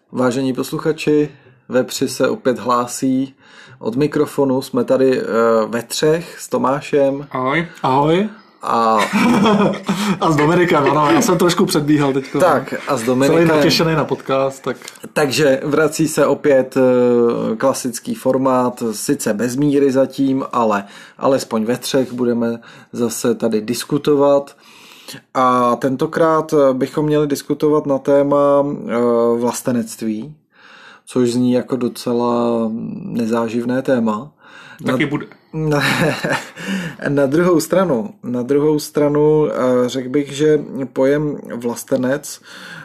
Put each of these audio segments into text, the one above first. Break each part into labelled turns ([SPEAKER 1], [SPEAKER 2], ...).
[SPEAKER 1] Vážení posluchači, Vepři se opět hlásí od mikrofonu. Jsme tady ve třech s Tomášem.
[SPEAKER 2] Ahoj.
[SPEAKER 3] Ahoj.
[SPEAKER 1] A
[SPEAKER 3] s Dominikem, ano, já jsem trošku předbíhal teďko.
[SPEAKER 1] Tak, a s Dominikem.
[SPEAKER 3] Celý natěšený na podcast.
[SPEAKER 1] Takže vrací se opět klasický formát, sice bez míry zatím, ale alespoň ve třech budeme zase tady diskutovat. A tentokrát bychom měli diskutovat na téma vlastenectví, což zní jako docela nezáživné téma.
[SPEAKER 2] Taky bude.
[SPEAKER 1] Na druhou stranu řekl bych, že pojem vlastenec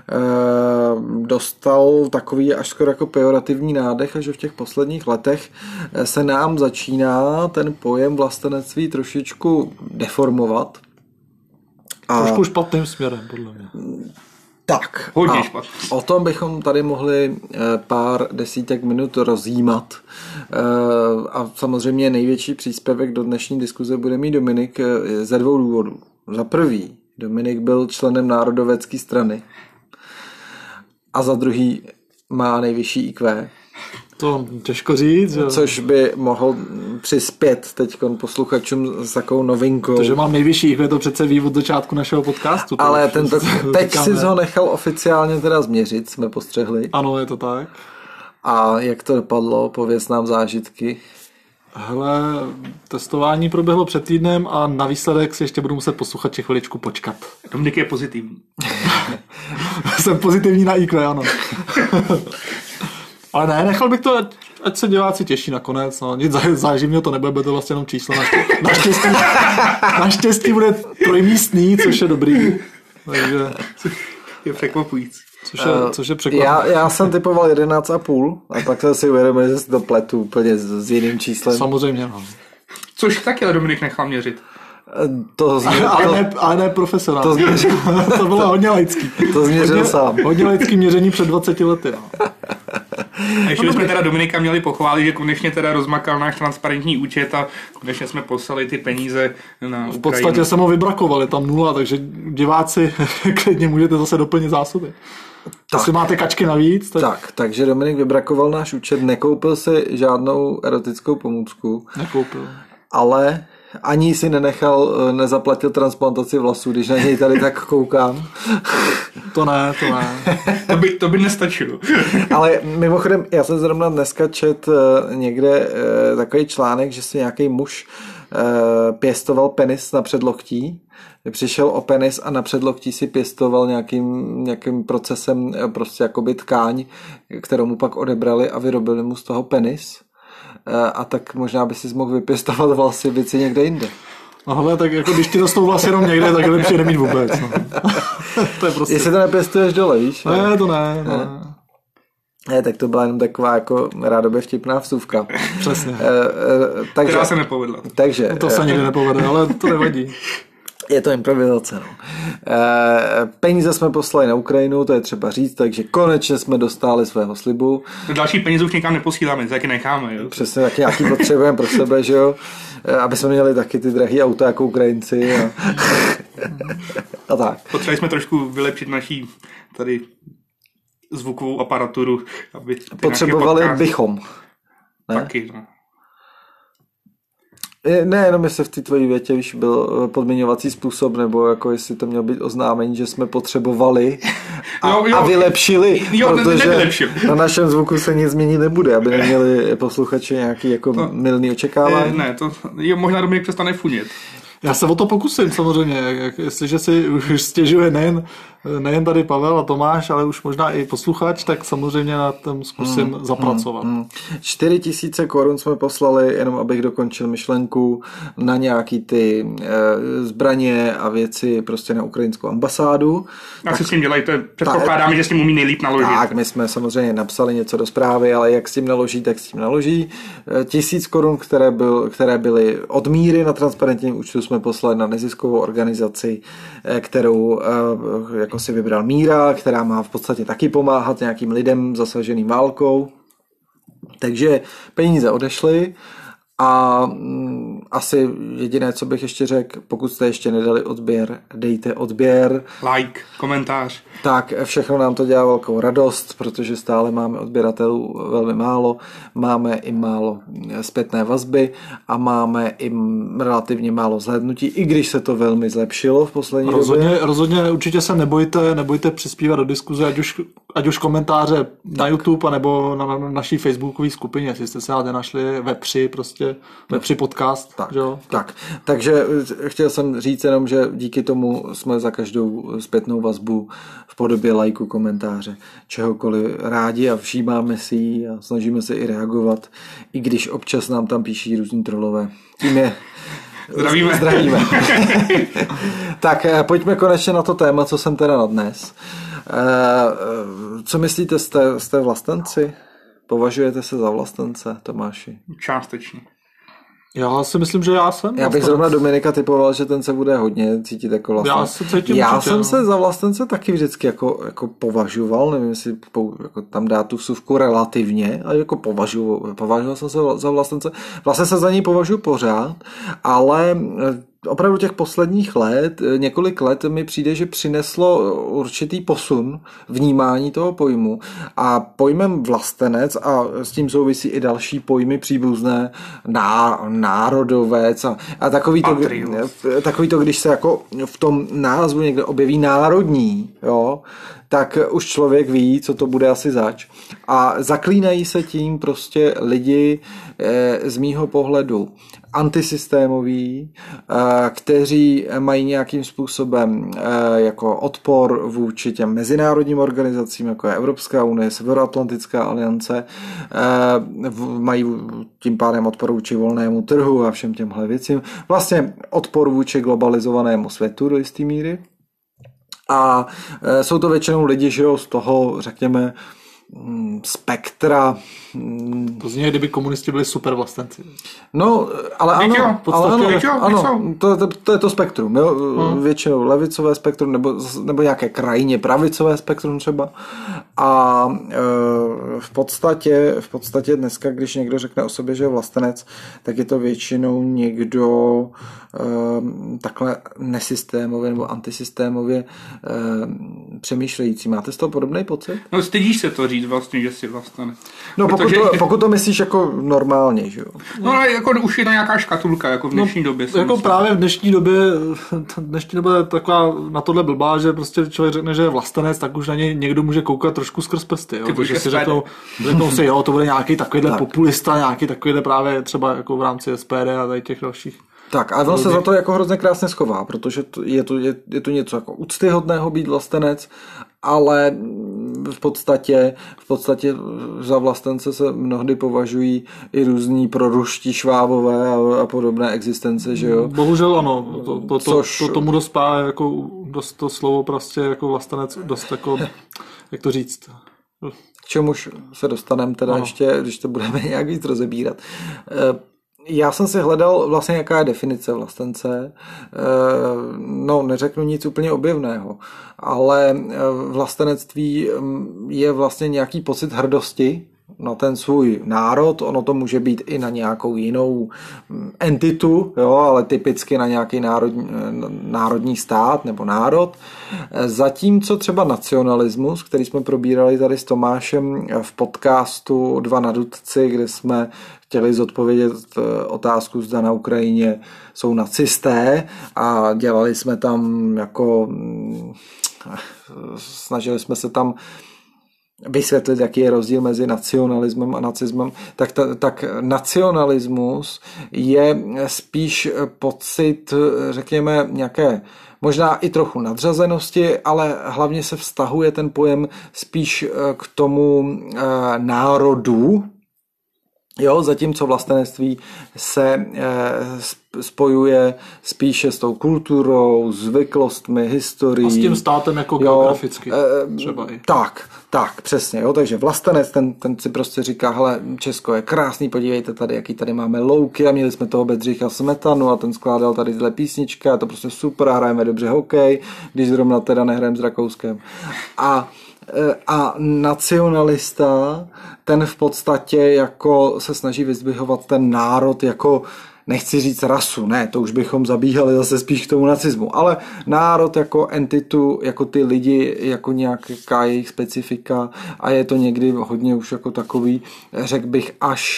[SPEAKER 1] dostal takový až skoro jako pejorativní nádech a že v těch posledních letech se nám začíná ten pojem vlastenectví trošičku deformovat.
[SPEAKER 3] Trošku špatným směrem, podle mě.
[SPEAKER 1] Tak,
[SPEAKER 2] hodně špatný.
[SPEAKER 1] O tom bychom tady mohli pár desítek minut rozjímat. A samozřejmě největší příspěvek do dnešní diskuze bude mít Dominik ze dvou důvodů. Za prvý, Dominik byl členem národovecké strany. A za druhý má nejvyšší IQ.
[SPEAKER 3] To těžko říct. Že?
[SPEAKER 1] Což by mohl přispět teď posluchačům s takovou novinkou.
[SPEAKER 3] To, že mám nejvyšší IQ, to přece ví od začátku našeho podcastu.
[SPEAKER 1] Ale teď si ho nechal oficiálně teda změřit, jsme postřehli.
[SPEAKER 3] Ano, je to tak.
[SPEAKER 1] A jak to dopadlo? Pověz nám zážitky.
[SPEAKER 3] Hele, testování proběhlo před týdnem a na výsledek si ještě budu muset posluchači chviličku počkat.
[SPEAKER 2] Dominik je pozitivní.
[SPEAKER 3] Jsem pozitivní na IQ, ano. Ale ne, nechal bych to, ať se diváci těší nakonec. No. Nic záživného to nebude, bude to vlastně jenom číslo. Naštěstí bude trojmístný, což je dobrý. Takže
[SPEAKER 2] je překvapující.
[SPEAKER 3] Což je překvapující.
[SPEAKER 1] Já jsem typoval 11,5 a pak jsem si uvědomil, že si to pletu úplně s jiným číslem.
[SPEAKER 3] Samozřejmě, no.
[SPEAKER 2] Což taky ale Dominik nechal měřit.
[SPEAKER 3] Ale ne profesionálně. To bylo hodně laický.
[SPEAKER 1] To změřil sám.
[SPEAKER 3] Hodně laický měření před 20 lety. No.
[SPEAKER 2] A ještě jsme teda Dominika měli pochválit, že konečně teda rozmakal náš transparentní účet a konečně jsme poslali ty peníze na Ukrajinu.
[SPEAKER 3] V podstatě jsem ho vybrakoval, je tam 0, takže diváci klidně můžete zase doplnit zásoby. Jestli máte kačky navíc.
[SPEAKER 1] Takže Dominik vybrakoval náš účet, nekoupil si žádnou erotickou pomůcku.
[SPEAKER 3] Nekoupil.
[SPEAKER 1] Ale ani si nezaplatil transplantaci vlasů, když na něj tady tak koukám.
[SPEAKER 3] To ne.
[SPEAKER 2] To by nestačilo.
[SPEAKER 1] Ale mimochodem, já jsem zrovna dneska čet někde takový článek, že si nějaký muž pěstoval penis na předloktí. Přišel o penis a na předloktí si pěstoval nějakým procesem prostě jakoby tkáň, kterou mu pak odebrali a vyrobili mu z toho penis. A tak možná by si mohl vypěstovat vlasy věci někde jinde.
[SPEAKER 3] No hele, tak jako když ti rostou vlasy jenom někde, tak je lepší nemít vůbec. No. To je prostě...
[SPEAKER 1] Jestli to nepěstuješ dole, víš?
[SPEAKER 3] Ne, to ne.
[SPEAKER 1] Ne, tak to byla jenom taková jako rádoby vtipná vsuvka.
[SPEAKER 3] Přesně.
[SPEAKER 2] Takže, která se nepovedla.
[SPEAKER 1] Takže,
[SPEAKER 3] to se nikdy nepovede, ale to nevadí.
[SPEAKER 1] Je to improvizace. No. Peníze jsme poslali na Ukrajinu, to je třeba říct, takže konečně jsme dostali svého slibu.
[SPEAKER 2] Další peníze už někam neposíláme, taky necháme. Jo?
[SPEAKER 1] Přesně, taky nějaký potřebujeme pro sebe, že jo? Aby jsme měli taky ty drahý auta jako Ukrajinci. A tak.
[SPEAKER 2] Potřebovali jsme trošku vylepšit naší tady zvukovou aparaturu. Aby
[SPEAKER 1] potřebovali bychom. Ne?
[SPEAKER 2] Taky, no.
[SPEAKER 1] Ne, jenom jestli v té tvojí větě víš, byl podmiňovací způsob, nebo jako jestli to mělo být oznámení, že jsme potřebovali a vylepšili, protože na našem zvuku se nic změnit nebude, aby neměli posluchači nějaký jako mylný očekávání.
[SPEAKER 2] Ne, to možná Dominik přestane funět.
[SPEAKER 3] Já se o to pokusím samozřejmě, jestliže si už stěžuje nejen tady Pavel a Tomáš, ale už možná i posluchač, tak samozřejmě na tom zkusím zapracovat.
[SPEAKER 1] 4 000 korun jsme poslali, jenom abych dokončil myšlenku, na nějaký ty zbraně a věci prostě na ukrajinskou ambasádu.
[SPEAKER 2] Jak si s tím dělejte? Předpokládáme, že s tím umí nejlíp naložit.
[SPEAKER 1] Tak, my jsme samozřejmě napsali něco do zprávy, ale jak s tím naloží, tak s tím naloží. 1000 korun, které byly od míry na transparentním účtu, jsme poslali na neziskovou organizaci, kterou jako si vybral Míra, která má v podstatě taky pomáhat nějakým lidem zasaženým válkou. Takže peníze odešly a asi jediné, co bych ještě řekl, pokud jste ještě nedali odběr, dejte odběr.
[SPEAKER 2] Like, komentář.
[SPEAKER 1] Tak, všechno nám to dělá velkou radost, protože stále máme odběratelů velmi málo, máme i málo zpětné vazby a máme i relativně málo zhlédnutí, i když se to velmi zlepšilo v poslední době.
[SPEAKER 3] Rozhodně určitě se nebojte přispívat do diskuze, ať už komentáře na YouTube, nebo na naší facebookové skupině, jestli jste se ale našli Web3, prostě Web3 podcast.
[SPEAKER 1] Tak,
[SPEAKER 3] jo?
[SPEAKER 1] tak. Takže chtěl jsem říct jenom, že díky tomu jsme za každou zpětnou vazbu v podobě lajku, komentáře, čehokoliv rádi a všímáme si ji a snažíme se i reagovat, i když občas nám tam píší různí trolové. Tím je Zdravíme. Tak pojďme konečně na to téma, co jsem teda nadnes. Co myslíte, jste vlastenci? Považujete se za vlastence, Tomáši?
[SPEAKER 2] Částečně.
[SPEAKER 3] Já si myslím, že já jsem.
[SPEAKER 1] Já bych zrovna Dominika typoval, že ten se bude hodně cítit jako vlastenec. Já jsem se za vlastence taky vždycky jako považoval, nevím, jestli jako tam dát tu vsuvku relativně, ale jako považoval jsem se za vlastence. Vlastně se za něj považuji pořád, ale opravdu těch posledních let, několik let mi přijde, že přineslo určitý posun vnímání toho pojmu a pojmem vlastenec a s tím souvisí i další pojmy příbuzné, národovec a takový to, když se jako v tom názvu někde objeví národní, jo, tak už člověk ví, co to bude asi zač. A zaklínají se tím prostě lidi z mýho pohledu antisystémoví, kteří mají nějakým způsobem jako odpor vůči těm mezinárodním organizacím, jako je Evropská unie, Severoatlantická aliance, mají tím pádem odpor vůči volnému trhu a všem těmhle věcím. Vlastně odpor vůči globalizovanému světu do jisté míry. A jsou to většinou lidi, že jo, z toho, řekněme, spektra.
[SPEAKER 3] To zní, kdyby komunisti byli super vlastenci.
[SPEAKER 1] No, ale ano, to je to spektrum. Jo? Většinou levicové spektrum nebo nějaké krajně pravicové spektrum třeba. A v podstatě dneska, když někdo řekne o sobě, že je vlastenec, tak je to většinou někdo takhle nesystémově nebo antisystémově přemýšlející. Máte z toho podobný pocit?
[SPEAKER 2] No, stydíš se to říct vlastně, že jsi vlastenec.
[SPEAKER 1] No, pokud to myslíš jako normálně, že jo?
[SPEAKER 2] No, ale jako už je to nějaká škatulka, jako v dnešní době.
[SPEAKER 3] Jako právě v dnešní době je taková na tohle blbá, že prostě člověk řekne, že je vlastenec, tak už na něj někdo může koukat trošku skrz prsty, jo? Takže si řeknou si, jo, to bude nějaký takovýhle populista, nějaký takovýhle právě třeba jako v rámci SPD a tady těch dalších.
[SPEAKER 1] Tak, ale on se za to jako hrozně krásně schová, protože je to něco jako úctyhodného být vlastenec, ale v podstatě za vlastence se mnohdy považují i různí proruští švábové a podobné existence, že jo?
[SPEAKER 3] Bohužel ano, to tomu dospá jako dost to slovo prostě jako vlastenec dost jako, jak to říct.
[SPEAKER 1] K čemuž se dostaneme teda ještě, když to budeme nějak víc rozebírat. Já jsem si hledal vlastně, jaká je definice vlastence. No, neřeknu nic úplně objevného, ale vlastenectví je vlastně nějaký pocit hrdosti na ten svůj národ, ono to může být i na nějakou jinou entitu, jo, ale typicky na nějaký národní stát nebo národ. Zatímco třeba nacionalismus, který jsme probírali tady s Tomášem v podcastu Dva na Dudci, kde jsme chtěli zodpovědět otázku, zda na Ukrajině jsou nacisté a dělali jsme tam jako snažili jsme se tam vysvětlit, jaký je rozdíl mezi nacionalismem a nacismem, tak nacionalismus je spíš pocit, řekněme, nějaké možná i trochu nadřazenosti, ale hlavně se vztahuje ten pojem spíš k tomu národu, jo, zatímco vlastenectví se spojuje spíše s tou kulturou, zvyklostmi, historií.
[SPEAKER 3] A s tím státem jako geograficky třeba i.
[SPEAKER 1] Tak, přesně, jo, takže vlastenec, ten si prostě říká, hele, Česko je krásný, podívejte tady, jaký tady máme louky a měli jsme toho Bedřicha Smetanu a ten skládal tady tyhle písničky a to prostě super, hrajeme dobře hokej, když zrovna teda nehrajeme s Rakouskem. A nacionalista, ten v podstatě jako se snaží vyzdvihovat ten národ jako nechci říct rasu, ne, to už bychom zabíhali zase spíš k tomu nacismu, ale národ jako entitu, jako ty lidi, jako nějaká jejich specifika a je to někdy hodně už jako takový, řekl bych, až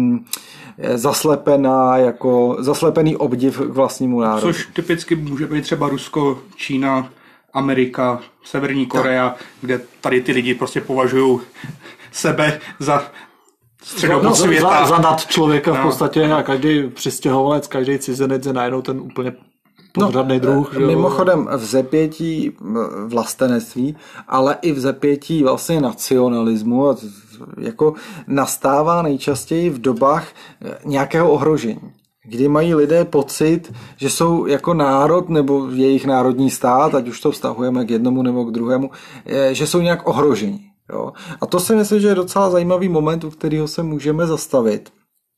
[SPEAKER 1] zaslepený obdiv k vlastnímu národu.
[SPEAKER 2] Což typicky může být třeba Rusko, Čína, Amerika, Severní Korea, kde tady ty lidi prostě považují sebe za středobodu světa.
[SPEAKER 3] Za nad člověka v podstatě a každý přistěhovalec, každý cizinec je najednou ten úplně podřadný druh.
[SPEAKER 1] Mimochodem v zepětí vlastenectví, ale i v zepětí vlastně nacionalismu jako nastává nejčastěji v dobách nějakého ohrožení, kdy mají lidé pocit, že jsou jako národ nebo jejich národní stát, ať už to vztahujeme k jednomu nebo k druhému, že jsou nějak ohroženi. Jo? A to si myslím, že je docela zajímavý moment, u kterého se můžeme zastavit.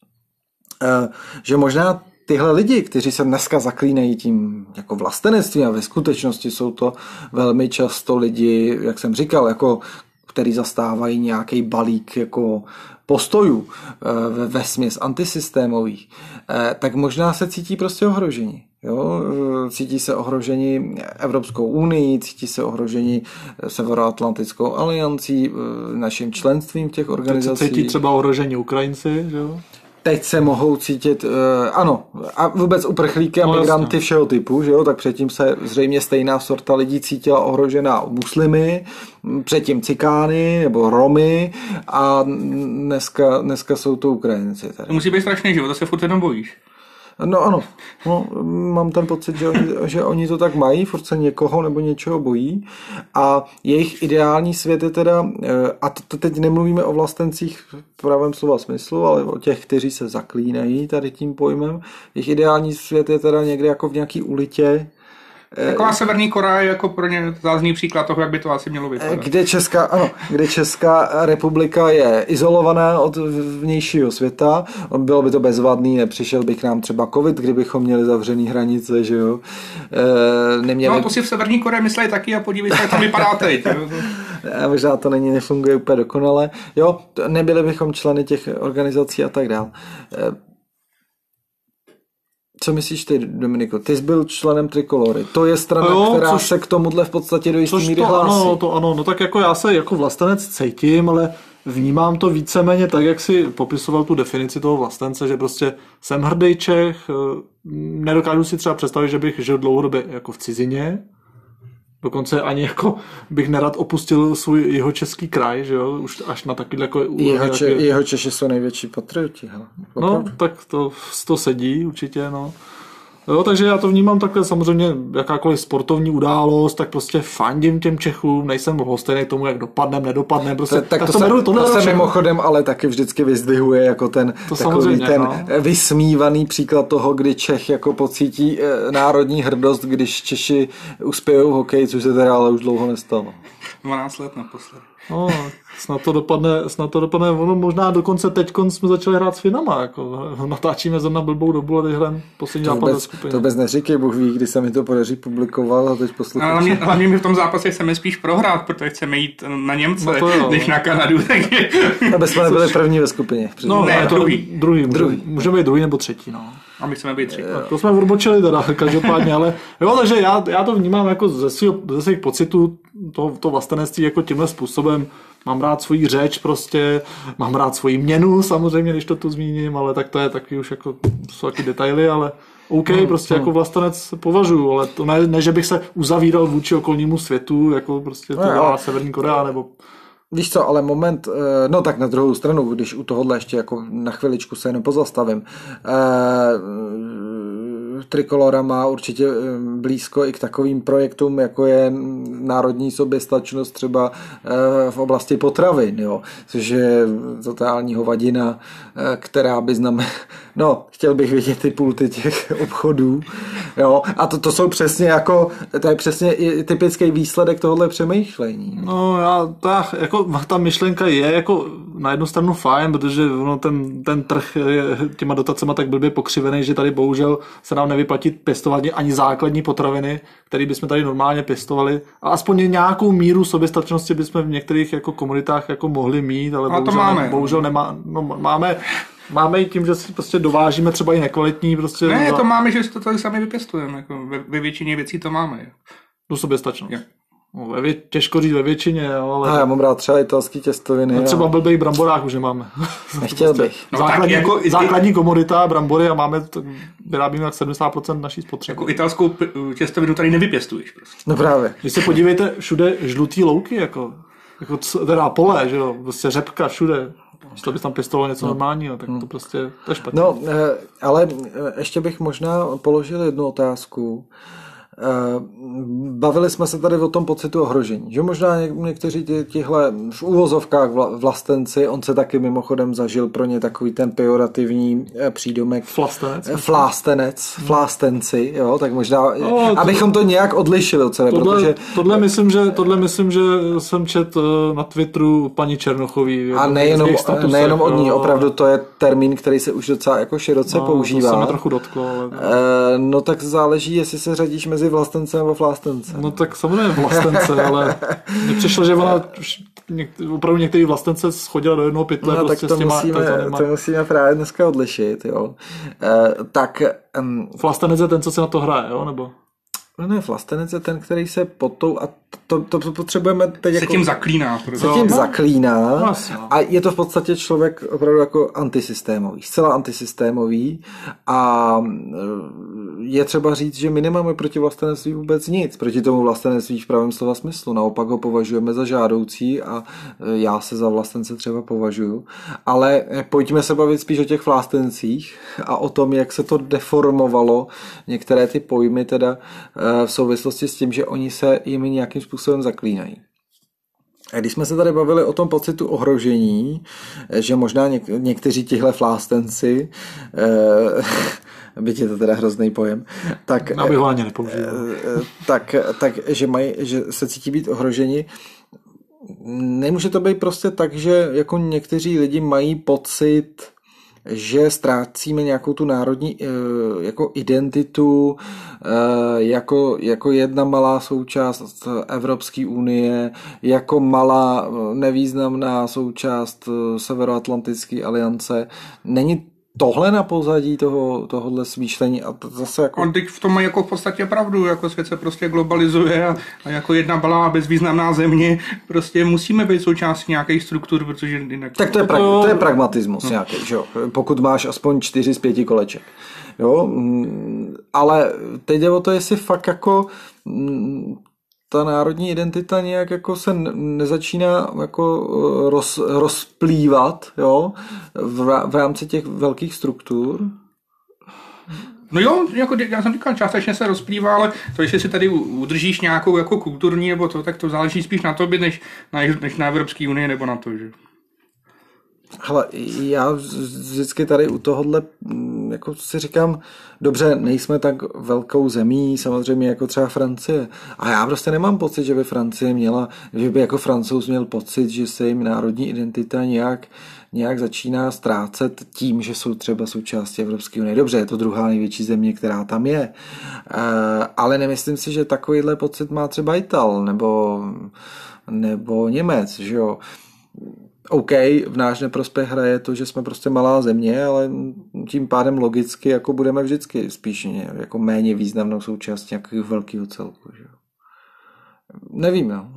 [SPEAKER 1] Že možná tyhle lidi, kteří se dneska zaklínají tím jako vlastenectvím a ve skutečnosti jsou to velmi často lidi, jak jsem říkal, jako který zastávají nějaký balík jako postojů vesměs antisystémových, tak možná se cítí prostě ohrožení. Jo? Cítí se ohrožení Evropskou unii, cítí se ohrožení Severoatlantickou aliancí, naším členstvím v těch organizacích.
[SPEAKER 3] Teď se cítí třeba ohrožení Ukrajinci, že jo?
[SPEAKER 1] Teď se mohou cítit, ano, a vůbec uprchlíky a migranty všeho typu, že jo, tak předtím se zřejmě stejná sorta lidí cítila ohrožená muslimy, předtím cikány nebo Romy a dneska jsou to Ukrajinci.
[SPEAKER 2] To musí být strašný život, to se furt jenom bojíš.
[SPEAKER 1] No ano, mám ten pocit, že oni to tak mají, furt se někoho nebo něčeho bojí a jejich ideální svět je teda, a to teď nemluvíme o vlastencích v pravém slova smyslu, ale o těch, kteří se zaklínají tady tím pojmem, jejich ideální svět je teda někde jako v nějaký ulitě.
[SPEAKER 2] Taková Severní Korea je jako pro ně zázný příklad toho, jak by to asi mělo vypadat.
[SPEAKER 1] Kde Česká republika je izolovaná od vnějšího světa, bylo by to bezvadný, nepřišel by k nám třeba covid, kdybychom měli zavřený hranice, že jo.
[SPEAKER 2] No to si v Severní Koreji mysleli taky a podívejte, jak to vypadá teď.
[SPEAKER 1] Možná to nefunguje úplně dokonale. Jo, nebyli bychom členy těch organizací a tak dále. Co myslíš ty, Dominiko? Ty jsi byl členem Trikolory. To je strana, která se k tomuhle v podstatě do jistý míry hlásí.
[SPEAKER 3] Ano, no tak jako já se jako vlastenec cítím, ale vnímám to víceméně tak, jak si popisoval tu definici toho vlastence, že prostě jsem hrdý Čech, nedokážu si třeba představit, že bych žil dlouhodobě jako v cizině, dokonce ani jako bych nerad opustil svůj jihočeský kraj, že jo, už až na takový jako...
[SPEAKER 1] Jihočeši jsou největší patrioti.
[SPEAKER 3] No, tak to sedí určitě, no. Jo, takže já to vnímám takhle, samozřejmě jakákoliv sportovní událost, tak prostě fandím těm Čechům, nejsem lhostejný k tomu, jak nedopadne, prostě.
[SPEAKER 1] To se mimochodem ale taky vždycky vyzdvihuje jako ten vysmívaný příklad toho, kdy Čech jako pocítí národní hrdost, když Češi uspějou hokej, což se teda ale už dlouho nestalo.
[SPEAKER 2] 12 let naposledy.
[SPEAKER 3] No, snad to dopadne, ono možná dokonce teďkon jsme začali hrát s Finama, jako natáčíme zrovna blbou dobu a teď hrám poslední zápas ve skupině.
[SPEAKER 1] To bez neříkej, Bůh ví, kdy se mi to podaří publikovat a teď poslouchám.
[SPEAKER 2] Hlavně mi v tom zápase chceme spíš prohrát, protože chceme jít na Němce, než na Kanadu.
[SPEAKER 1] Aby jsme nebyli první ve skupině.
[SPEAKER 3] No, ne, to druhý. Můžeme být druhý nebo třetí, no.
[SPEAKER 2] A my chceme být třetí.
[SPEAKER 3] To jsme odbočili teda, každopádně, ale jo, takže já to vnímám jako ze svých pocitů to vlastenectví jako tímhle způsobem. Mám rád svoji řeč prostě, mám rád svoji měnu samozřejmě, když to tu zmíním, ale tak to je taky už jako, jsou taky detaily, ale OK, prostě jako vlastenec považuji, ale to ne, že bych se uzavíral vůči okolnímu světu, jako prostě to dělá Severní Korea, nebo...
[SPEAKER 1] Víš co, ale moment, no tak na druhou stranu, když u tohohle ještě jako na chviličku se jenom pozastavím. Trikolora má určitě blízko i k takovým projektům, jako je národní soběstačnost třeba v oblasti potravin, jo, což je totální hovadina, která by znamená, no, chtěl bych vidět ty pulty těch obchodů, jo, a to jsou přesně jako, to je přesně typický výsledek tohohle přemýšlení.
[SPEAKER 3] No, jako ta myšlenka je jako na jednu stranu fajn, protože ono ten trh je těma dotacema tak blbě pokřivený, že tady bohužel se nám nevyplatí pěstovat ani základní potraviny, které bychom tady normálně pěstovali. A aspoň nějakou míru soběstačnosti bychom v některých jako komunitách jako mohli mít, ale bohužel nemá, no, máme máme i tím, že si prostě dovážíme třeba i nekvalitní prostě...
[SPEAKER 2] Ne, to máme, že si to tady sami vypěstujeme, jako ve většině věcí to máme.
[SPEAKER 3] Do soběstačnost. No, těžko říct ve většině, ale...
[SPEAKER 1] Já mám rád třeba italský těstoviny.
[SPEAKER 3] No, třeba blbých bramborách už nemáme.
[SPEAKER 1] Nechtěl bych.
[SPEAKER 2] No,
[SPEAKER 3] základní komodita, brambory a vyrábíme jak 70% naší spotřeby.
[SPEAKER 2] Jako italskou těstovinu tady nevypěstuješ prostě.
[SPEAKER 1] No právě.
[SPEAKER 3] Když se podívejte, všude žlutý louky, jako teda pole, že jo, prostě řepka všude. To by tam pěstovalo něco normálního, tak to prostě, to je špatně.
[SPEAKER 1] No, ale ještě bych možná položil jednu otázku. Bavili jsme se tady o tom pocitu ohrožení, že možná někteří tihle v úvozovkách vlastenci, on se taky mimochodem zažil pro ně takový ten pejorativní přídomek flástenci, jo, tak možná, abychom to nějak odlišili od sebe, protože...
[SPEAKER 3] Tohle myslím, že jsem četl na Twitteru paní Černochový.
[SPEAKER 1] A nejenom od ní, opravdu to je termín, který se už docela jako široce používá.
[SPEAKER 3] To se mi trochu dotklo. Ale...
[SPEAKER 1] No tak záleží, jestli se řadíš mezi vlastence nebo flástence.
[SPEAKER 3] No tak samozřejmě vlastence, ale mně přišlo, že ona opravdu některý vlastence schodila do jednoho pytle.
[SPEAKER 1] No
[SPEAKER 3] prostě
[SPEAKER 1] tak to musíme právě dneska odlišit, jo.
[SPEAKER 3] Vlastenec je ten, co se na to hraje, jo, nebo?
[SPEAKER 1] Ne, vlastenec je ten, který se pod tou, a to potřebujeme teď
[SPEAKER 2] se jako... tím zaklíná.
[SPEAKER 1] Zaklíná a je to v podstatě člověk opravdu jako antisystémový, zcela antisystémový a je třeba říct, že my nemáme proti vlastenectví vůbec nic, proti tomu vlastenectví v pravém slova smyslu, naopak ho považujeme za žádoucí a já se za vlastence třeba považuju, ale pojďme se bavit spíš o těch vlastencích a o tom, jak se to deformovalo, některé ty pojmy teda v souvislosti s tím, že oni se jimi nějakým způsobem zaklínají. A když jsme se tady bavili o tom pocitu ohrožení, že možná někteří tihle flástenci, byť je to teda hrozný pojem, tak, že se cítí být ohroženi, nemůže to být prostě tak, že jako někteří lidi mají pocit, že ztrácíme nějakou tu národní jako identitu, jako jedna malá součást Evropské unie, jako malá nevýznamná součást Severoatlantické aliance. Není tohle na pozadí tohohle smýšlení a to zase jako...
[SPEAKER 2] On teď v tom má jako v podstatě pravdu, jako svět se prostě globalizuje a jako jedna malá bezvýznamná země prostě musíme být součástí nějakých struktur, protože jinak...
[SPEAKER 1] Tak to je pragmatismus nějaký, že jo? Pokud máš aspoň 4 z 5 koleček. Jo? Ale teď jde o to, jestli fakt jako ta národní identita nějak jako se nezačíná jako rozplývat, jo, v rámci těch velkých struktur.
[SPEAKER 2] No jo, jako já jsem říkal, částečně se rozplývá, ale to, jestli si tady udržíš nějakou jako kulturní nebo to, tak to záleží spíš na tobě, než na Evropské unii nebo na to, že...
[SPEAKER 1] Hele, já vždycky tady u tohohle jako si říkám, dobře, nejsme tak velkou zemí, samozřejmě jako třeba Francie. A já prostě nemám pocit, že by Francie měla, že by jako Francouz měl pocit, že se jim národní identita nějak začíná ztrácet tím, že jsou třeba součástí Evropské unie. Dobře, je to druhá největší země, která tam je. Ale nemyslím si, že takovýhle pocit má třeba Ital nebo Němec, že jo. OK, v náš neprospěch hraje to, že jsme prostě malá země, ale tím pádem logicky jako budeme vždycky spíš jako méně významnou součástí nějakého velkého celku. Že? Nevím, no.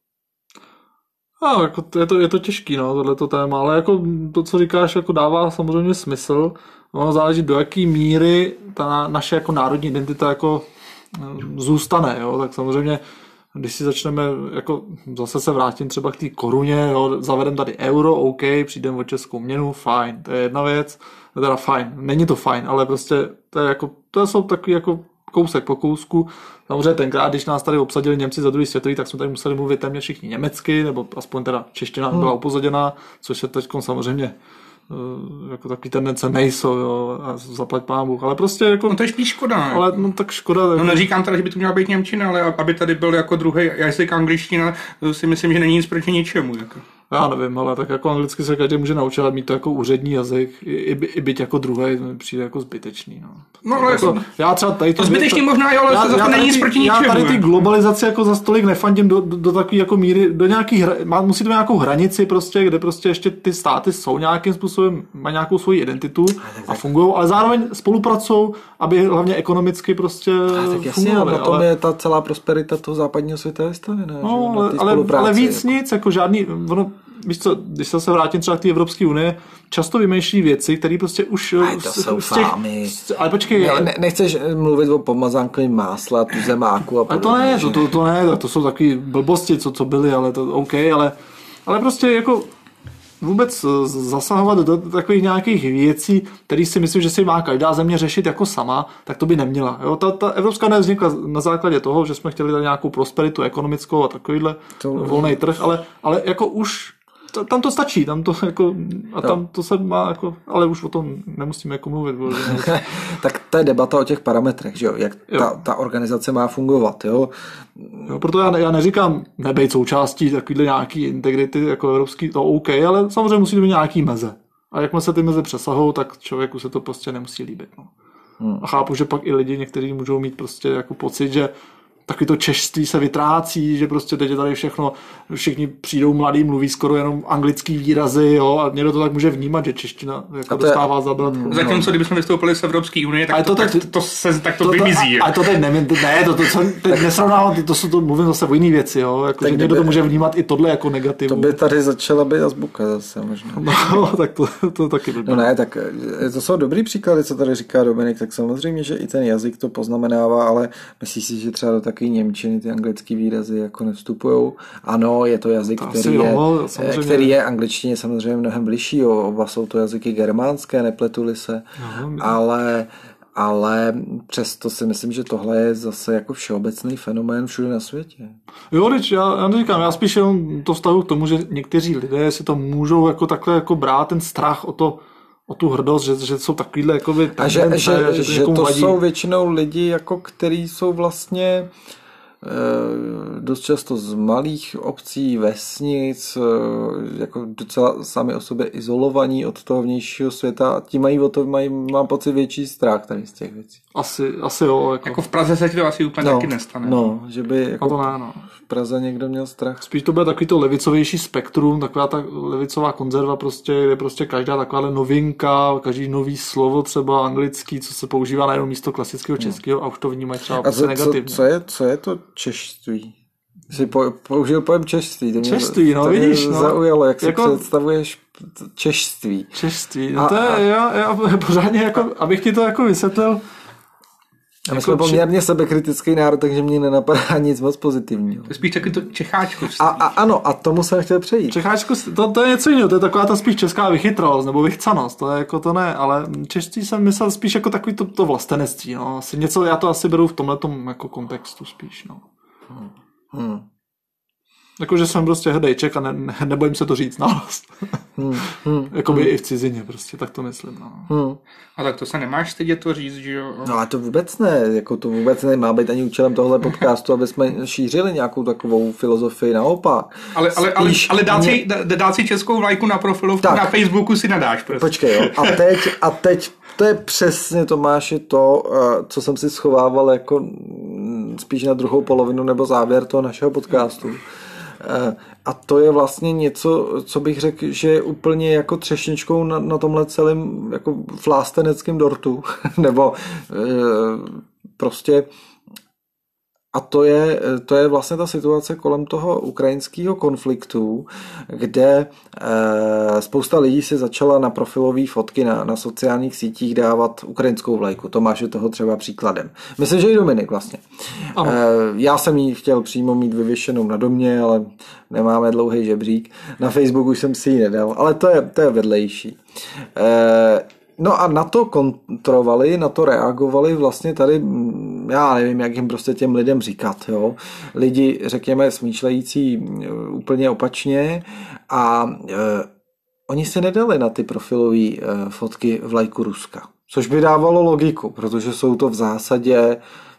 [SPEAKER 3] Jako je to těžký, no, tohleto téma, ale jako to, co říkáš, jako dává samozřejmě smysl. Ono záleží, do jaký míry ta naše jako národní identita jako zůstane, jo, tak samozřejmě když si začneme, jako zase se vrátím třeba k té koruně, jo, zavedem tady euro, OK, přijdeme o českou měnu, fajn, to je jedna věc, teda fajn, není to fajn, ale prostě to jsou takový jako kousek po kousku. Samozřejmě tenkrát, když nás tady obsadili Němci za druhý světový, tak jsme tady museli mluvit téměř všichni německy, nebo aspoň teda čeština byla upozaděná, což je teď samozřejmě jako takový tendence nejsou, jo, a zaplať pán Bůh, ale prostě jako...
[SPEAKER 2] No to je spíš škoda, ne?
[SPEAKER 3] Ale no tak škoda.
[SPEAKER 2] No neříkám teda, že by to měla být němčina, ale aby tady byl jako druhý jazyk angličtina, to si myslím, že není nic proti ničemu, jako.
[SPEAKER 3] Já nevím, ale tak jako anglicky se každý může naučit, ale mít to jako úřední jazyk, i byť jako druhý, přijde jako zbytečný. No ale jako, já třeba tady
[SPEAKER 2] to zbytečný možná, jo, ale to není nic proti ničemu.
[SPEAKER 3] Já tady ty globalizace jako za stolik nefandím do takové jako míry, do nějaký, musí to mít nějakou hranici prostě, kde prostě ještě ty státy jsou nějakým způsobem, mají nějakou svoji identitu a fungují, ale zároveň spolupracují, aby hlavně ekonomicky prostě fungovaly.
[SPEAKER 1] Na tom je ta celá prosperita toho západního světa vystavěná.
[SPEAKER 3] No, ale víc nic, jako žádný, víš co, když se vrátím třeba k té Evropské unie, často vymýšlí věci, které prostě už
[SPEAKER 1] ale počkej, nechceš mluvit o pomazánkovém másle, tu zemáku a podobně.
[SPEAKER 3] To ne, to jsou takové blbosti, co byly, ale to OK, ale prostě jako vůbec zasahovat do takových nějakých věcí, které si myslím, že si má každá země řešit jako sama, tak to by neměla. Jo? Ta Evropská unie vznikla na základě toho, že jsme chtěli dát nějakou prosperitu ekonomickou a takovýhle volný trh, ale jako už tam to stačí, tam to jako, a tam to se má jako, ale už o tom nemusíme jako mluvit.
[SPEAKER 1] Tak to je debata o těch parametrech, že jo, jak ta organizace má fungovat, jo.
[SPEAKER 3] Proto já neříkám nebejt součástí takovýhle nějaký integrity jako evropský, to OK, ale samozřejmě musí to být nějaký meze. A jakmile se ty meze přesahou, tak člověku se to prostě nemusí líbit. No. A chápu, že pak i lidi někteří můžou mít prostě jako pocit, že taky to češství se vytrácí, že prostě teď je tady všechno, všichni přijdou mladí, mluví skoro jenom anglický výrazy, jo, a někdo to tak může vnímat, že čeština jako dostává zabrat.
[SPEAKER 2] Zatímco, kdybychom vystoupili z Evropské unie, tak to vymizí.
[SPEAKER 3] Ale to teď teď nesrovnávám, to mluvím zase o jiný věci, jo, jako, že někdo to může vnímat i tohle jako negativu.
[SPEAKER 1] To by tady začala být azbuka zase možná.
[SPEAKER 3] No, tak to taky by bylo.
[SPEAKER 1] No ne, tak to jsou dobrý příklady, co tady říká Dominik, tak samozřejmě, že i ten jazyk to poznamenává, ale myslíš si, že třeba do takový němčiny ty anglické výrazy jako nevstupujou? Ano, je to jazyk, který je angličtině samozřejmě mnohem bližší, oba jsou to jazyky germánské, nepletuli se, ale přesto si myslím, že tohle je zase jako všeobecný fenomén všude na světě.
[SPEAKER 3] Jo, já neříkám, já spíš jenom to vztahu k tomu, že někteří lidé si to můžou jako takhle jako brát ten strach o tu hrdost, že jsou takovýhle jakoby
[SPEAKER 1] a že to jsou většinou lidi, jako který jsou vlastně dost často z malých obcí, vesnic, jako docela sami o sobě izolovaní od toho vnějšího světa, ti mají o to, mám pocit větší strach tady z těch věcí.
[SPEAKER 3] Asi jo.
[SPEAKER 2] Jako v Praze se ti to asi úplně taky nestane.
[SPEAKER 1] No, že by jako
[SPEAKER 3] to ne,
[SPEAKER 1] v Praze někdo měl strach.
[SPEAKER 3] Spíš to bude takový to levicovější spektrum, taková ta levicová konzerva prostě, kde prostě každá taková novinka, každý nový slovo třeba anglický, co se používá najednou místo klasického českého a už to vnímají třeba negativně.
[SPEAKER 1] Co je to češtví? Jsi použil pojem češtví.
[SPEAKER 3] Češtví, no vidíš.
[SPEAKER 1] Zaujalo, jak si jako představuješ češtví.
[SPEAKER 3] Češtví, no to je, já pořádně jako, abych ti to jako vysvětlil.
[SPEAKER 1] A my jsme poměrně sebekritický národ, takže mě nenapadá nic moc pozitivního.
[SPEAKER 2] To je spíš taky to čecháčkovství.
[SPEAKER 1] Ano, a tomu jsem chtěl přejít.
[SPEAKER 3] Čecháčkovství, to je něco jiného, to je taková ta spíš česká vychytralost, nebo vychcanost, to je jako to ne, ale čeští jsem myslel spíš jako takový to vlastenectví, no. Asi něco, já to asi beru v tomhletom jako kontextu spíš, no. Jakože jsem prostě hrdý Čech a nebojím se to říct nahlas. Jakoby i v cizině prostě, tak to myslím. No.
[SPEAKER 2] A tak to se nemáš stydět to říct, že jo?
[SPEAKER 1] No a to vůbec ne, jako to vůbec nemá být ani účelem tohle podcastu, aby jsme šířili nějakou takovou filozofii, naopak.
[SPEAKER 2] Ale dát si českou vlajku na profilovku na Facebooku si nadáš. Prostě.
[SPEAKER 1] Počkej, jo. A teď to je přesně, Tomáši, to, co jsem si schovával jako spíš na druhou polovinu nebo závěr toho našeho podcastu. A to je vlastně něco, co bych řekl, že je úplně jako třešničkou na tomhle celém jako flásteneckém dortu, nebo prostě a to je vlastně ta situace kolem toho ukrajinského konfliktu, kde spousta lidí si začala na profilové fotky na sociálních sítích dávat ukrajinskou vlajku. Tomáš je toho třeba příkladem. Myslím, že i Dominik vlastně. Já jsem ji chtěl přímo mít vyvěšenou na domě, ale nemáme dlouhý žebřík. Na Facebooku už jsem si ji nedal, ale to je vedlejší. No a na to kontrovali, na to reagovali vlastně tady, já nevím, jak jim prostě těm lidem říkat, jo. Lidi, řekněme, smýšlející úplně opačně a oni se nedali na ty profilové fotky vlajku Ruska, což by dávalo logiku, protože jsou to v zásadě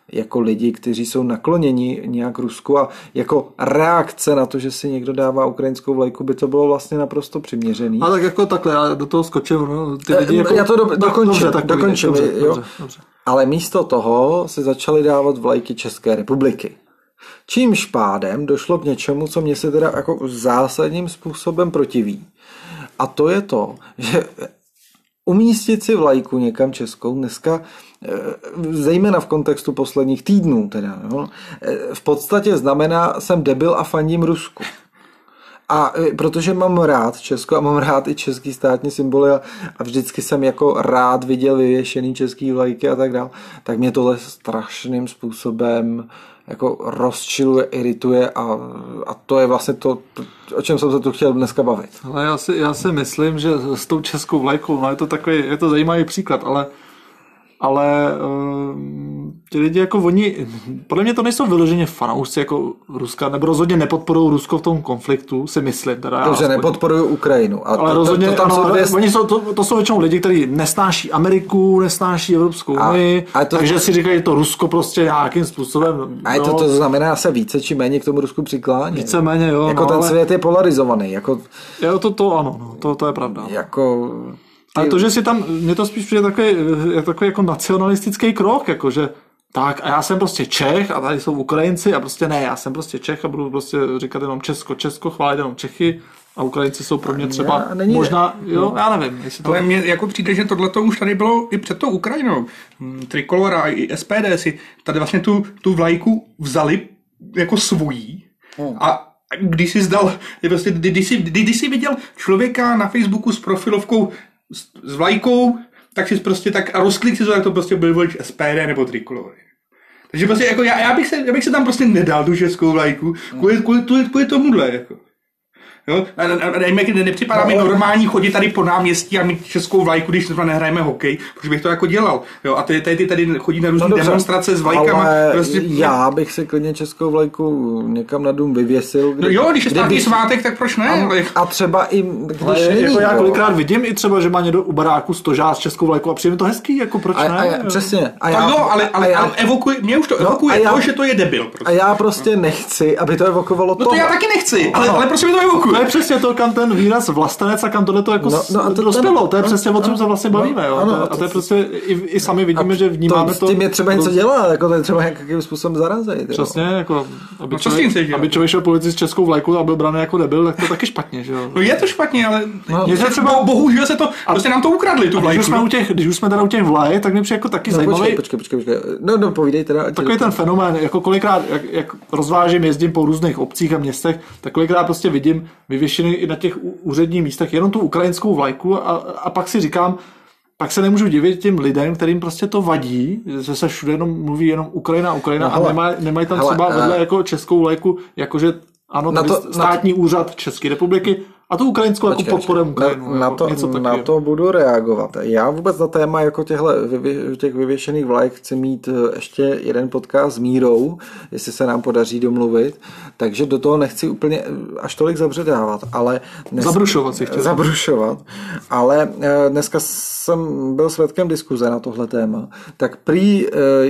[SPEAKER 1] jako lidi, kteří jsou nakloněni nějak Rusku a jako reakce na to, že si někdo dává ukrajinskou vlajku, by to bylo vlastně naprosto přiměřený.
[SPEAKER 3] A tak jako takhle, já do toho skočím. No, ty lidi jako...
[SPEAKER 1] Já to dokončím.
[SPEAKER 3] Dobře.
[SPEAKER 1] Ale místo toho se začaly dávat vlajky České republiky. Čímž pádem došlo k něčemu, co mě se teda jako zásadním způsobem protiví. A to je to, že umístit si vlajku někam českou dneska, zejména v kontextu posledních týdnů, teda, no, v podstatě znamená, jsem debil a fandím Rusku. A protože mám rád Česko a mám rád i český státní symboly a vždycky jsem jako rád viděl vyvěšený český vlajky a tak dále, tak mě tohle strašným způsobem jako rozčiluje, irituje a to je vlastně to, o čem jsem se tu chtěl dneska bavit.
[SPEAKER 3] Ale já si myslím, že s tou českou vlajkou, no je to zajímavý příklad, ale ti lidi jako oni, podle mě to nejsou vyloženě fanoušci jako Ruska, nebo rozhodně nepodporují Rusko v tom konfliktu, si myslím.
[SPEAKER 1] Dobře, nepodporují Ukrajinu.
[SPEAKER 3] Ale rozhodně, to jsou většinou lidi, kteří nesnáší Ameriku, nesnáší Evropskou unii, takže si říkají, že to Rusko prostě nějakým způsobem.
[SPEAKER 1] A to znamená se více či méně k tomu Rusku přiklání.
[SPEAKER 3] Více méně, jo.
[SPEAKER 1] Jako ten svět je polarizovaný. Jako,
[SPEAKER 3] jo, ano, to je pravda.
[SPEAKER 1] Jako...
[SPEAKER 3] Ale to, že si tam, mně to spíš přijde takový jako nacionalistický krok, jakože tak a já jsem prostě Čech a tady jsou Ukrajinci a prostě ne, já jsem prostě Čech a budu prostě říkat jenom Česko, chválit jenom Čechy a Ukrajinci jsou pro mě třeba možná, jo, já nevím. Jestli to...
[SPEAKER 2] Ale mně jako přijde, že tohleto už tady bylo i před tou Ukrajinou. Trikolora a i SPD si tady vlastně tu vlajku vzali jako svojí a když jsi zdal, prostě, když jsi viděl člověka na Facebooku s profilovkou s vlajkou, tak si prostě tak a rozklik si to, tak to prostě byl volič SPD nebo Trikolory. Takže prostě jako já bych se tam prostě nedal tu českou vlajku kvůli tomuhle jako. Jo? A nepřipadá mi normální chodit tady po náměstí a mít českou vlajku, když třeba nehrajeme hokej, protože bych to jako dělal. Jo? A tady chodí na různé demonstrace s vlajkama.
[SPEAKER 1] Ale prostě... já bych si klidně českou vlajku někam na dům vyvěsil.
[SPEAKER 2] Když je státní svátek, tak proč ne?
[SPEAKER 1] A třeba i když
[SPEAKER 3] jako já kolikrát vidím i třeba, že má někdo u baráku stožák s českou vlajkou a přijde to hezký, jako proč ne?
[SPEAKER 1] Přesně.
[SPEAKER 2] Ale evokuje, mě už to evokuje to, že to je debil.
[SPEAKER 1] Prostě. A já prostě nechci, aby to evokovalo to.
[SPEAKER 2] No to já taky nechci, ale prostě mi to evokuje.
[SPEAKER 3] To je přesně to, kam ten výraz vlastenec a kam tohle to jako dospělo. To je přesně o čem se vlastně bavíme. Jo. A to je prostě i sami vidíme, že vnímáme to.
[SPEAKER 1] S tím je třeba něco dělat, jako to je třeba nějakým způsobem zarazit.
[SPEAKER 3] Přesně, jako aby člověk šel po ulici s českou vlajkou a byl braný jako debil, tak to taky špatně, že jo.
[SPEAKER 2] No je to špatně, ale bohužel se to, prostě nám to ukradli tu vlajku.
[SPEAKER 3] Když už jsme teda u těch vlajek, tak mi přijde jako taky zajímavý.
[SPEAKER 1] Počkej. No povídej teda.
[SPEAKER 3] Takový ten fenomén, jako kolikrát, jak rozvážím, jezdím po různých obcích a městech, tak kolikrát prostě vidím vyvěšený i na těch úředních místech jenom tu ukrajinskou vlajku a pak si říkám, pak se nemůžu divit těm lidem, kterým prostě to vadí, že se všude jenom mluví jenom Ukrajina a nemají tam třeba vedle jako českou vlajku, jakože ano, státní úřad České republiky a tu ukrajinskou jako podporem Ukrajinu.
[SPEAKER 1] Na to budu reagovat. Já vůbec na téma jako těch vyvěšených vlajek chci mít ještě jeden podcast s Mírou, jestli se nám podaří domluvit, takže do toho nechci úplně až tolik zabředávat, ale... Zabrušovat. Ale dneska jsem byl svědkem diskuze na tohle téma, tak prý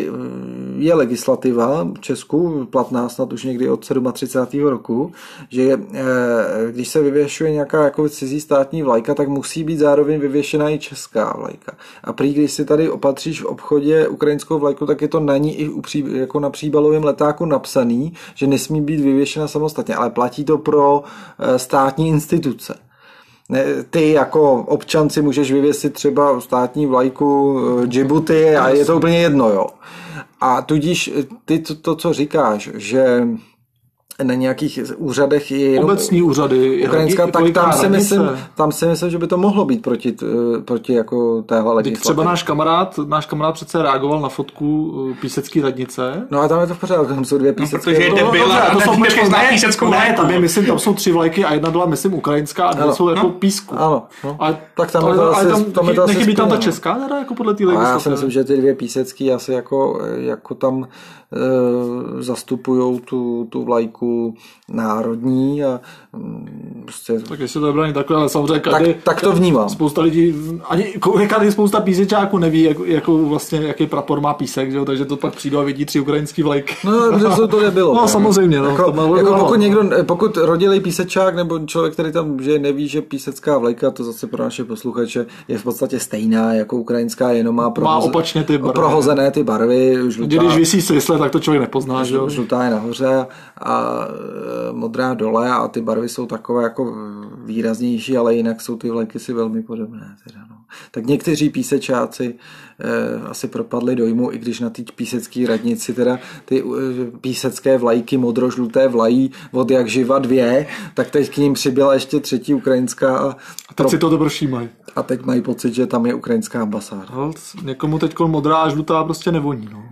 [SPEAKER 1] je legislativa v Česku platná snad už někdy od 37. roku, že když se vyvěšuje nějaká jako cizí státní vlajka, tak musí být zároveň vyvěšená i česká vlajka. A prý, když si tady opatříš v obchodě ukrajinskou vlajku, tak je to na ní i jako na příbalovém letáku napsaný, že nesmí být vyvěšena samostatně, ale platí to pro státní instituce. Ty jako občan si můžeš vyvěsit třeba státní vlajku Djibouti a je to úplně jedno, jo. A tudíž ty to co říkáš, že na nějakých úřadech je jenom
[SPEAKER 3] obecní úřady
[SPEAKER 1] ukrajinská, tak tam si myslím, že by to mohlo být proti jako téhle legislativě.
[SPEAKER 3] Třeba náš kamarád přece reagoval na fotku Písecké radnice.
[SPEAKER 1] No a tam je to v pořádku, tam jsou dvě písecké.
[SPEAKER 2] Protože je debil a zná píseckou vlajku.
[SPEAKER 3] Tam jsou 3 vlajky a jedna byla, myslím, ukrajinská a dvě jsou jako písku.
[SPEAKER 1] Ano.
[SPEAKER 3] Tak tam nechybí tam ta česká teda jako podle té legislativy.
[SPEAKER 1] Já si myslím, že ty dvě písecké asi jako tam zastupujou tu vlajku vlajku národní a prostě...
[SPEAKER 3] Tak jestli to je braný takhle, ale samozřejmě každý...
[SPEAKER 1] Tak to vnímám.
[SPEAKER 3] Spousta lidí, ani spousta písečáků neví, jaký prapor má Písek, že jo? Takže to pak přijde a vidí 3 ukrajinský vlajky.
[SPEAKER 1] No, to nebylo.
[SPEAKER 3] No, samozřejmě. No,
[SPEAKER 1] pokud rodilý písečák nebo člověk, který tam žije, neví, že písecká vlajka, to zase pro naše posluchače je v podstatě stejná jako ukrajinská, jenom má
[SPEAKER 3] opačně ty barvy.
[SPEAKER 1] Prohozené ty barvy. Žlutá,
[SPEAKER 3] když visí svisle, tak to člověk nepozná. Že jo?
[SPEAKER 1] Žlutá je nahoře a modrá dole a ty barvy jsou takové jako výraznější, ale jinak jsou ty vlajky si velmi podobné. Teda, no. Tak někteří písečáci asi propadli dojmu, i když na té písecké radnici teda ty písecké vlajky modro-žluté vlají od jak živa 2, tak teď k ním přibyla ještě 3. ukrajinská. A
[SPEAKER 3] teď si to dobro všímají.
[SPEAKER 1] A teď mají pocit, že tam je ukrajinská ambasáda.
[SPEAKER 3] No, někomu teď modrá a žlutá prostě nevoní. No.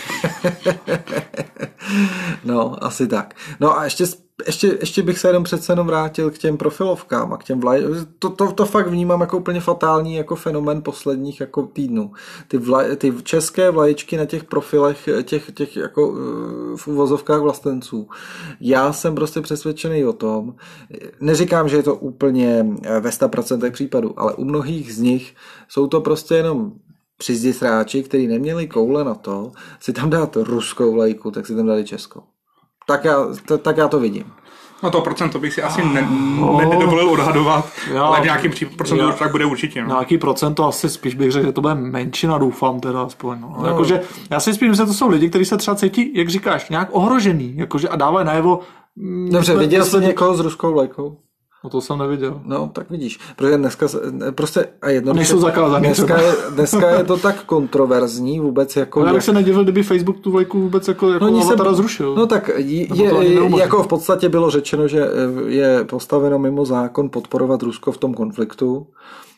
[SPEAKER 1] No, asi tak. No a ještě bych se jenom přece jenom vrátil k těm profilovkám a k těm to fakt vnímám jako úplně fatální jako fenomén posledních jako týdnů. Ty české vlaječky na těch profilech těch jako v uvozovkách vlastenců. Já jsem prostě přesvědčený o tom, neříkám, že je to úplně ve 100% případů, ale u mnohých z nich jsou to prostě jenom přizdisráči, kteří neměli koule na to si tam dát ruskou vlajku, tak si tam dali českou. Tak já to vidím.
[SPEAKER 2] No to procento bych si asi nedovolil odhadovat, ale v nějakým procentu tak bude určitě. No.
[SPEAKER 3] Nějaký procento asi spíš bych řekl, že to bude menšina, doufám teda aspoň. No. Jakože, já si spíš, že to jsou lidi, kteří se třeba cítí, jak říkáš, nějak ohrožený, jakože a dávají najevo.
[SPEAKER 1] Dobře, viděl jsi někoho s ruskou vlajkou?
[SPEAKER 3] No to jsem neviděl.
[SPEAKER 1] No, tak vidíš. Protože dneska prostě a jednoduše...
[SPEAKER 3] Nejsou zakázaný.
[SPEAKER 1] Dneska je to tak kontroverzní vůbec jako...
[SPEAKER 3] Já bych se nedivil, kdyby Facebook tu vlajku vůbec jako avatara zrušil.
[SPEAKER 1] No tak jako v podstatě bylo řečeno, že je postaveno mimo zákon podporovat Rusko v tom konfliktu.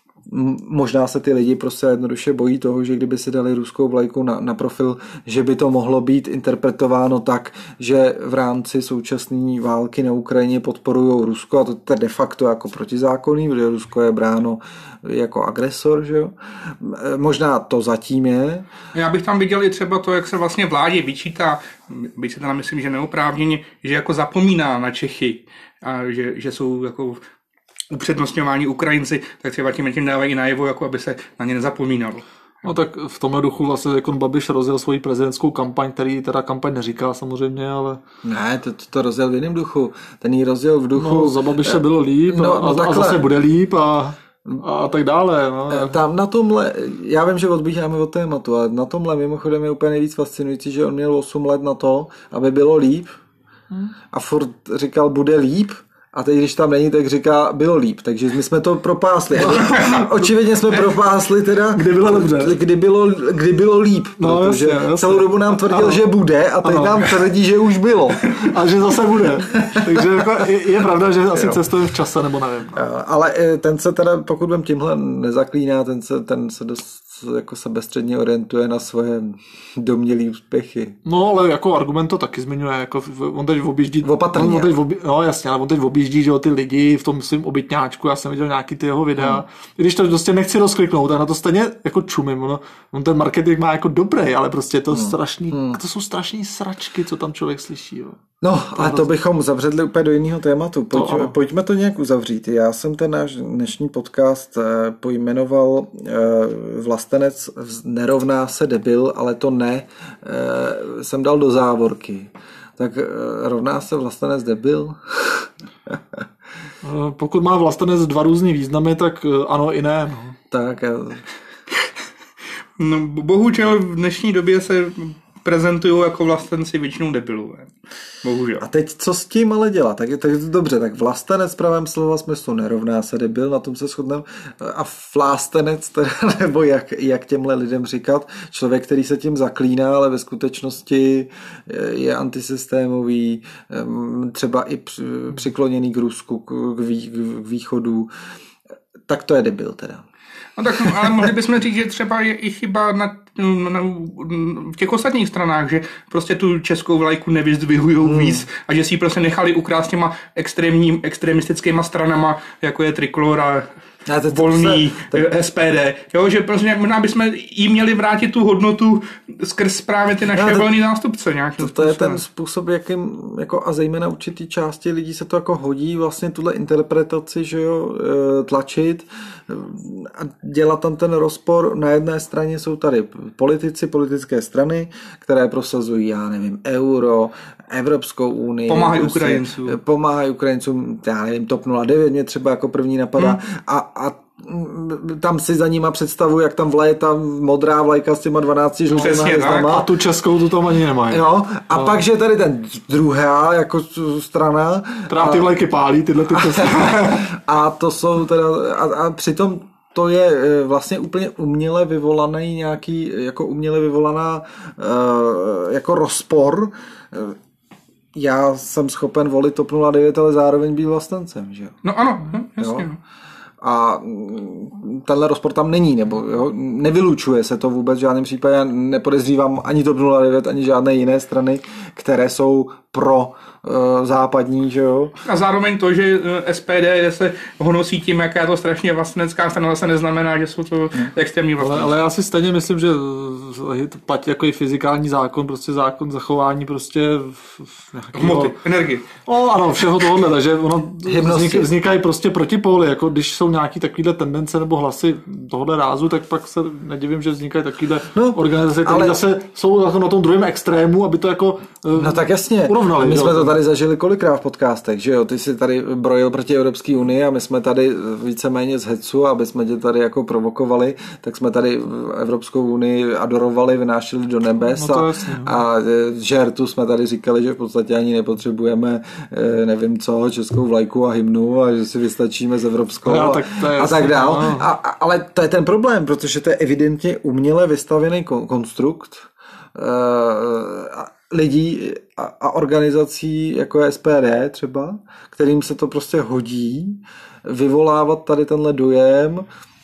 [SPEAKER 1] Možná se ty lidi prostě jednoduše bojí toho, že kdyby si dali ruskou vlajku na profil, že by to mohlo být interpretováno tak, že v rámci současné války na Ukrajině podporují Rusko a to je de facto jako protizákonný, protože Rusko je bráno jako agresor, že jo? Možná to zatím je.
[SPEAKER 2] Já bych tam viděl i třeba to, jak se vlastně vládě vyčítá, byť se teda myslím, že neoprávněně, že jako zapomíná na Čechy a že jsou jako upřednostňování Ukrajinci, tak třeba tím dávají najevo, jako aby se na ně nezapomínalo.
[SPEAKER 3] No tak v tomhle duchu vlastně jako Babiš rozjel svoji prezidentskou kampaň, který teda kampaň neříká samozřejmě, ale...
[SPEAKER 1] Ne, to rozjel v jiném duchu. Ten jí rozjel v duchu...
[SPEAKER 3] No, za Babiše bylo líp a zase bude líp a tak dále. No.
[SPEAKER 1] Tam na tomhle, já vím, že odbíháme od tématu, ale na tomhle mimochodem je úplně nejvíc fascinující, že on měl 8 let na to, aby bylo líp a furt říkal, bude líp. A teď, když tam není, tak říká, bylo líp. Takže my jsme to propásli. Očividně jsme propásli teda,
[SPEAKER 3] kdy bylo dobře.
[SPEAKER 1] Kdy bylo líp.
[SPEAKER 3] No,
[SPEAKER 1] protože
[SPEAKER 3] jasně.
[SPEAKER 1] Celou dobu nám tvrdil, že bude a teď nám tvrdí, že už bylo.
[SPEAKER 3] A že zase bude. Takže jako je pravda, že asi cestuje v čase, nebo nevím.
[SPEAKER 1] Ale ten se teda, pokud bym tímhle nezaklíná, ten se dost jako sebestředně orientuje na svoje domnělý úspěchy.
[SPEAKER 3] No, ale jako argument to taky zmiňuje, jako on teď objíždí...
[SPEAKER 1] Opatrně.
[SPEAKER 3] No jasně, ale on teď objíždí, že ty lidi v tom svým obytňáčku, já jsem viděl nějaký ty jeho videa. Když to prostě nechci rozkliknout, tak na to stejně jako čumím. On ten marketing má jako dobrý, ale prostě je to strašný, to jsou strašný sračky, co tam člověk slyší. Jo.
[SPEAKER 1] No, ale to bychom zavředli úplně do jiného tématu. Pojďme to nějak uzavřít. Já jsem ten náš dnešní podcast pojmenoval Vlastenec nerovná se debil, ale to ne jsem dal do závorky. Tak rovná se Vlastenec debil?
[SPEAKER 3] Pokud má Vlastenec 2 různý významy, tak ano i ne. No.
[SPEAKER 1] Tak.
[SPEAKER 2] No, bohužel v dnešní době se prezentují jako vlastenci většinou debilů. Bohužel.
[SPEAKER 1] A teď co s tím ale dělat? Tak dobře, tak vlastenec v pravém slova smyslu nerovná se debil, na tom se shodneme. A vlástenec, teda, nebo jak těmhle lidem říkat, člověk, který se tím zaklíná, ale ve skutečnosti je antisystémový, třeba i přikloněný k Rusku, k východu, tak to je debil teda.
[SPEAKER 2] No tak, ale mohli bychom říct, že třeba je i chyba na v těch ostatních stranách, že prostě tu českou vlajku nevyzdvihujou víc a že si ji prostě nechali ukrást těma extremistickýma stranama, jako je Trikolora, Volný, SPD, jo, že prostě možná bychom jí měli vrátit tu hodnotu skrz právě ty naše volný zástupce nějakým
[SPEAKER 1] způsobem. To je ten způsob, jakým, jako a zejména určitý části lidí se to jako hodí vlastně tuhle interpretaci, že jo, tlačit a dělat tam ten rozpor. Na jedné straně jsou tady politici, politické strany, které prosazují, já nevím, euro, Evropskou unii. Pomáhají Ukrajincům, já nevím, TOP 09 mě třeba jako první napadá a tam si za nima představuji, jak tam vleje ta modrá vlajka s těma 12 žlutýma hvězdama.
[SPEAKER 3] A tu českou tu tam ani nemají.
[SPEAKER 1] Jo, a pak, že tady ten druhá jako strana.
[SPEAKER 3] Která ty vlajky pálí, tyhle ty
[SPEAKER 1] a to jsou teda, a přitom to je vlastně úplně uměle vyvolaný nějaký, jako uměle vyvolaná jako rozpor. Já jsem schopen volit TOP 09, ale zároveň být vlastencem, že jo?
[SPEAKER 2] No ano, jasně. Jo?
[SPEAKER 1] A tenhle rozpor tam není, nebo jo, nevylučuje se to vůbec v žádném případě. Já nepodezřívám ani TOP 09, ani žádné jiné strany, které jsou pro západní, že jo.
[SPEAKER 2] A zároveň to, že SPD se honosí tím, jaká je to strašně vlastenecká strana, zase neznamená, že jsou to extrémní vlastenci.
[SPEAKER 3] Ale já si stejně myslím, že platí jako i fyzikální zákon, prostě zákon zachování prostě
[SPEAKER 2] hmoty, energie.
[SPEAKER 3] Ano, všeho tohohle, takže ono vznikají prostě protipóly, jako když jsou nějaký takovýhle tendence nebo hlasy tohohle rázu, tak pak se nedivím, že vznikají takovýhle organizace, které zase jsou jako na tom druhém extrému, aby to jako
[SPEAKER 1] tak jasně.
[SPEAKER 3] Urovnali.
[SPEAKER 1] My jsme to tady zažili kolikrát v podcastech, že jo? Ty jsi tady brojil proti Evropské unii a my jsme tady víceméně z hecu, aby jsme tě tady jako provokovali, tak jsme tady Evropskou unii adorovali, vynášeli do nebes a žertu jsme tady říkali, že v podstatě ani nepotřebujeme nevím co, českou vlajku a hymnu a že si vystačíme z evropskou a tak dál. Ale to je ten problém, protože to je evidentně uměle vystavěný konstrukt lidí a organizací jako je SPD třeba, kterým se to prostě hodí vyvolávat tady tenhle dojem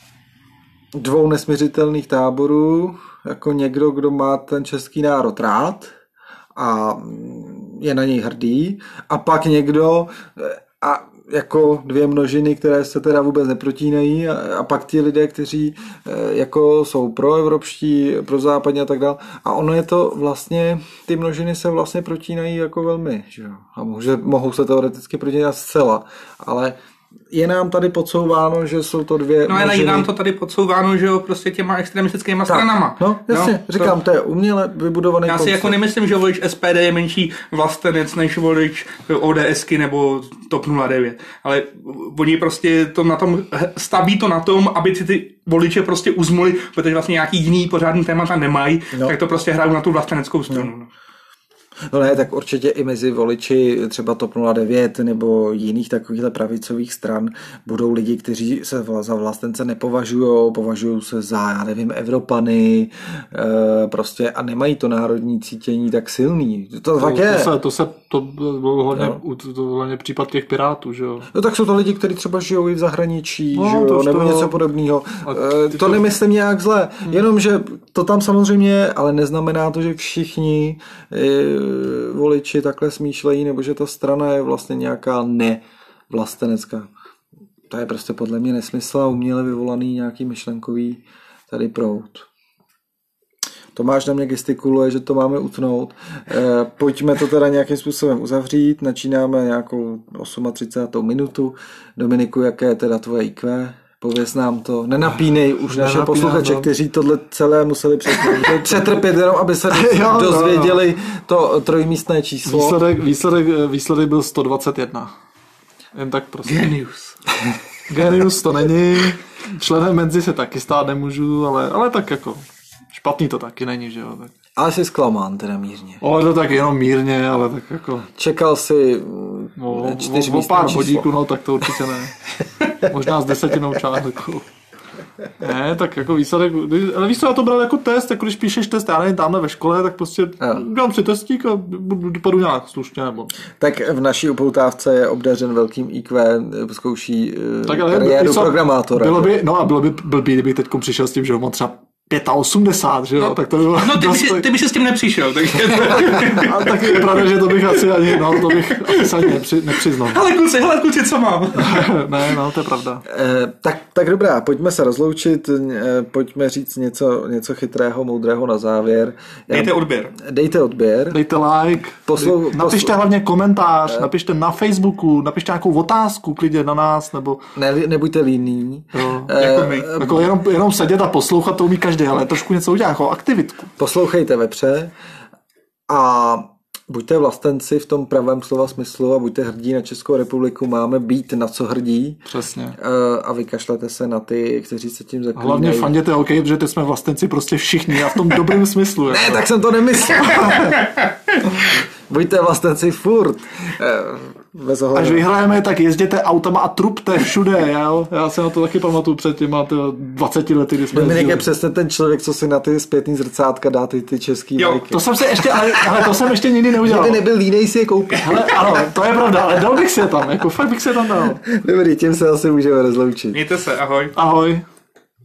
[SPEAKER 1] dvou nesmiřitelných táborů, jako někdo, kdo má ten český národ rád a je na něj hrdý, a pak někdo a jako dvě množiny, které se teda vůbec neprotínají, a pak ti lidé, kteří jako jsou proevropští, prozápadní a tak dále. A ono je to vlastně, ty množiny se vlastně protínají jako velmi, že jo. A mohou se teoreticky protínat zcela, ale je nám tady podsouváno, že jsou to dvě
[SPEAKER 2] množiny. No je nám to tady podsouváno, že jo, prostě těma extremistickýma stranama.
[SPEAKER 1] No, jasně, říkám, to je uměle vybudovaný
[SPEAKER 2] Já si jako nemyslím, že volič SPD je menší vlastenec než volič ODSky nebo TOP 09, ale oni prostě to na tom, staví to na tom, aby ty voliče prostě uzmuli, protože vlastně nějaký jiný pořádný témata nemají, tak to prostě hrajou na tu vlasteneckou stranu. No.
[SPEAKER 1] No ne, tak určitě i mezi voliči třeba TOP 09 nebo jiných takovýchhle pravicových stran budou lidi, kteří se za vlastence považují se za, já nevím, Evropany, prostě a nemají to národní cítění tak silný. To tak je.
[SPEAKER 3] To bylo hlavně případ těch Pirátů, že jo?
[SPEAKER 1] No tak jsou to lidi, kteří třeba žijou i v zahraničí, že jo, nebo něco podobného. To nemyslím nějak zle, jenomže to tam samozřejmě, ale neznamená to, že všichni voliči takhle smýšlejí, nebo že ta strana je vlastně nějaká nevlastenecká. To je prostě podle mě nesmysl a uměle vyvolaný nějaký myšlenkový tady proud. Tomáš na mě gestikuluje, že to máme utnout. Pojďme to teda nějakým způsobem uzavřít. Načínáme nějakou 38. minutu. Dominiku, jaké je teda tvoje IQ? Pověz nám to. Nenapínej už naše posluchače, kteří tohle celé museli přetrpět, jenom aby se dozvěděli to trojmístné číslo.
[SPEAKER 3] Výsledek byl 121. Jen tak prostě.
[SPEAKER 2] Genius.
[SPEAKER 3] Genius to není. Členem Menzy se taky stát nemůžu, ale tak jako špatný to taky není, že jo. Tak.
[SPEAKER 1] Ale jsi zklamán teda mírně.
[SPEAKER 3] To tak jenom mírně, ale tak jako...
[SPEAKER 1] Čekal jsi
[SPEAKER 3] o pár bodíků, no tak to určitě ne. Možná s 10 čárkou. Ne, tak jako výsledek, ale víš co, já to bral jako test, jako když píšeš test, já nevím, tamhle ve škole, tak prostě dám si testík a dopadnu nějak slušně, nebo...
[SPEAKER 1] Tak v naší upoutávce je obdařen velkým IQ, zkouší kariéru programátora.
[SPEAKER 3] Bylo by blbý, kdybych teď přišel s tím, že ho mám třeba 85, že jo? Tak to by bylo
[SPEAKER 2] ty by si s tím nepřišel. Takže...
[SPEAKER 3] Ale tak je pravda, že to bych asi ani, to bych ani nepřiznal.
[SPEAKER 2] Hele kluci, co mám?
[SPEAKER 3] Ne, to je pravda.
[SPEAKER 1] Tak dobrá, pojďme se rozloučit, pojďme říct něco chytrého, moudrého na závěr. Dejte odběr. Dejte
[SPEAKER 3] like. Napište hlavně komentář, napište na Facebooku, napište nějakou otázku, klidně na nás, nebo...
[SPEAKER 1] Nebuďte líní.
[SPEAKER 3] Jako jenom sedět a poslouchat, to umí každý, ale trošku něco udělá, jako aktivitku.
[SPEAKER 1] Poslouchejte vepře a buďte vlastenci v tom pravém slova smyslu a buďte hrdí na Českou republiku. Máme být na co hrdí.
[SPEAKER 3] Přesně.
[SPEAKER 1] A vykašlete se na ty, kteří se tím zaklínají.
[SPEAKER 3] Hlavně fanděte hokej, protože ty jsme vlastenci prostě všichni a v tom dobrém smyslu.
[SPEAKER 1] Ne, tak jsem to nemyslel. Buďte vlastenci furt.
[SPEAKER 3] Až vyhrajeme, tak jezděte autama a trupte všude, jo? Já se na to taky pamatuju před těma 20 lety, kdy jsme
[SPEAKER 1] Dominik je přesně ten člověk, co si na ty zpětný zrcátka dá ty český lajky.
[SPEAKER 3] To jsem se ještě, ale to jsem ještě nikdy neudělal.
[SPEAKER 1] Kdyby nebyl línej si je koupit.
[SPEAKER 3] Ano, to je pravda, ale dal bych se tam, jako fakt bych se tam dal.
[SPEAKER 1] Dobrý, tím se asi můžeme rozloučit.
[SPEAKER 2] Mějte se, ahoj.
[SPEAKER 3] Ahoj.